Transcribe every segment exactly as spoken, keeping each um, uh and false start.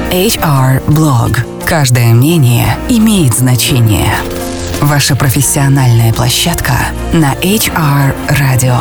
эйч ар-блог. Каждое мнение имеет значение. Ваша профессиональная площадка на эйч ар радио.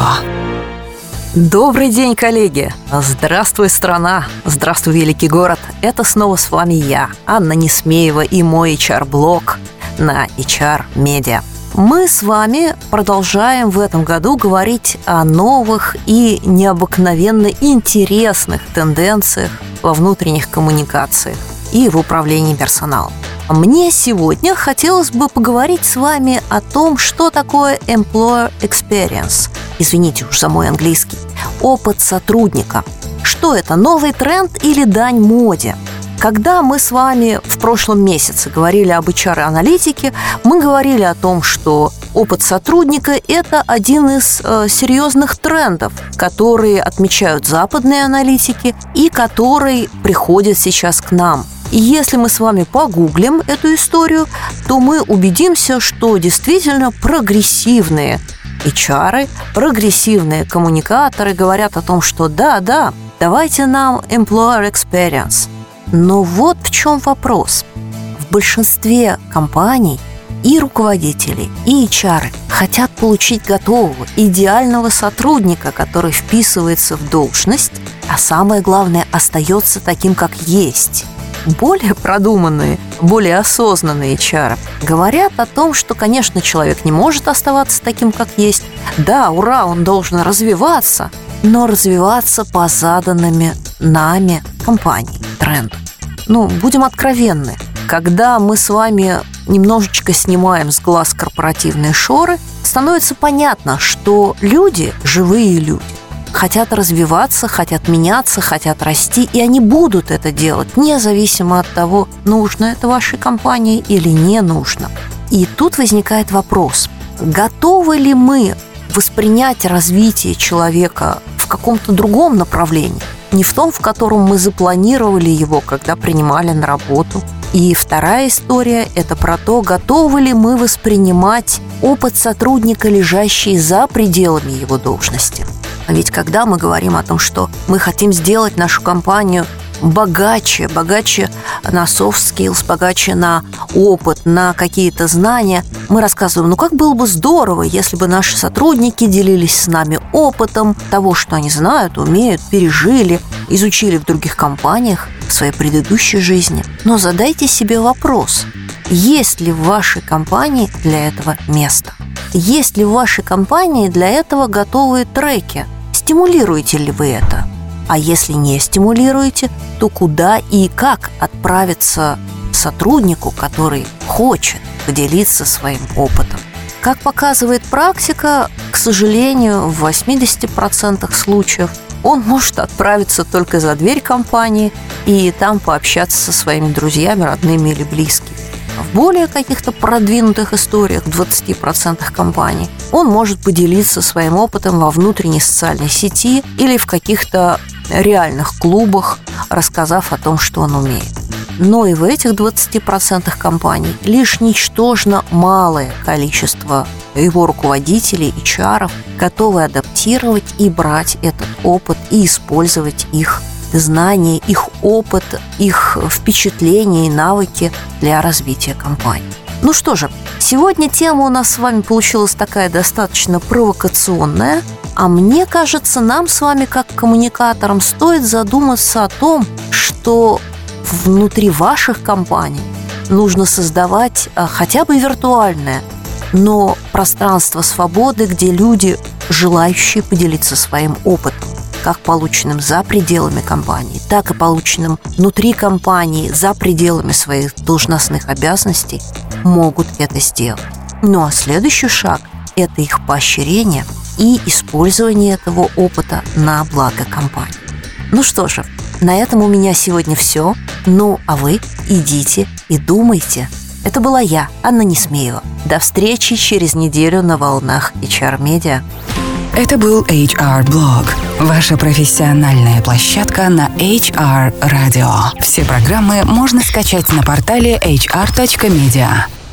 Добрый день, коллеги! Здравствуй, страна! Здравствуй, великий город! Это снова с вами я, Анна Несмеева, и мой эйч ар-блог на эйч ар Media. Мы с вами продолжаем в этом году говорить о новых и необыкновенно интересных тенденциях во внутренних коммуникациях и в управлении персоналом. Мне сегодня хотелось бы поговорить с вами о том, что такое employer experience. Извините уж за мой английский. Опыт сотрудника. Что это, новый тренд или дань моде? Когда мы с вами в прошлом месяце говорили об эйч ар-аналитике, мы говорили о том, что опыт сотрудника – это один из э, серьезных трендов, которые отмечают западные аналитики и который приходит сейчас к нам. И если мы с вами погуглим эту историю, то мы убедимся, что действительно прогрессивные эйч ар, прогрессивные коммуникаторы говорят о том, что да-да, давайте нам employer experience. Но вот в чем вопрос. В большинстве компаний и руководители, и эйч ар хотят получить готового, идеального сотрудника, который вписывается в должность, а самое главное, остается таким, как есть. Более продуманные, более осознанные эйч ар говорят о том, что, конечно, человек не может оставаться таким, как есть. Да, ура, он должен развиваться, но развиваться по заданными нами компанией тренду. Ну, будем откровенны. Когда мы с вами немножечко снимаем с глаз корпоративные шоры, становится понятно, что люди, живые люди, хотят развиваться, хотят меняться, хотят расти, и они будут это делать, независимо от того, нужно это вашей компании или не нужно. И тут возникает вопрос, готовы ли мы воспринять развитие человека в каком-то другом направлении, не в том, в котором мы запланировали его, когда принимали на работу. И вторая история – это про то, готовы ли мы воспринимать опыт сотрудника, лежащий за пределами его должности. А ведь когда мы говорим о том, что мы хотим сделать нашу компанию богаче, богаче на soft skills, богаче на опыт, на какие-то знания, мы рассказываем, ну как было бы здорово, если бы наши сотрудники делились с нами опытом того, что они знают, умеют, пережили, изучили в других компаниях в своей предыдущей жизни. Но задайте себе вопрос, есть ли в вашей компании для этого место? Есть ли в вашей компании для этого готовые треки? Стимулируете ли вы это? А если не стимулируете, то куда и как отправиться сотруднику, который хочет поделиться своим опытом? Как показывает практика, к сожалению, в восемьдесят процентов случаев он может отправиться только за дверь компании и там пообщаться со своими друзьями, родными или близкими. В более каких-то продвинутых историях, в двадцати процентах компаний, он может поделиться своим опытом во внутренней социальной сети или в каких-то реальных клубах, рассказав о том, что он умеет. Но и в этих двадцати процентах компаний лишь ничтожно малое количество его руководителей, эйч ар, готовы адаптировать и брать этот опыт и использовать их знания, их опыт, их впечатления и навыки для развития компании. Ну что же, сегодня тема у нас с вами получилась такая достаточно провокационная, а мне кажется, нам с вами как коммуникаторам стоит задуматься о том, что внутри ваших компаний нужно создавать хотя бы виртуальное, но пространство свободы, где люди, желающие поделиться своим опытом, как полученным за пределами компании, так и полученным внутри компании, за пределами своих должностных обязанностей, могут это сделать. Ну а следующий шаг – это их поощрение и использование этого опыта на благо компании. Ну что же, на этом у меня сегодня все. Ну а вы идите и думайте. Это была я, Анна Несмеева. До встречи через неделю на волнах эйч ар Media. Это был эйч ар-блог. Ваша профессиональная площадка на эйч ар радио. Все программы можно скачать на портале эйч ар точка медиа.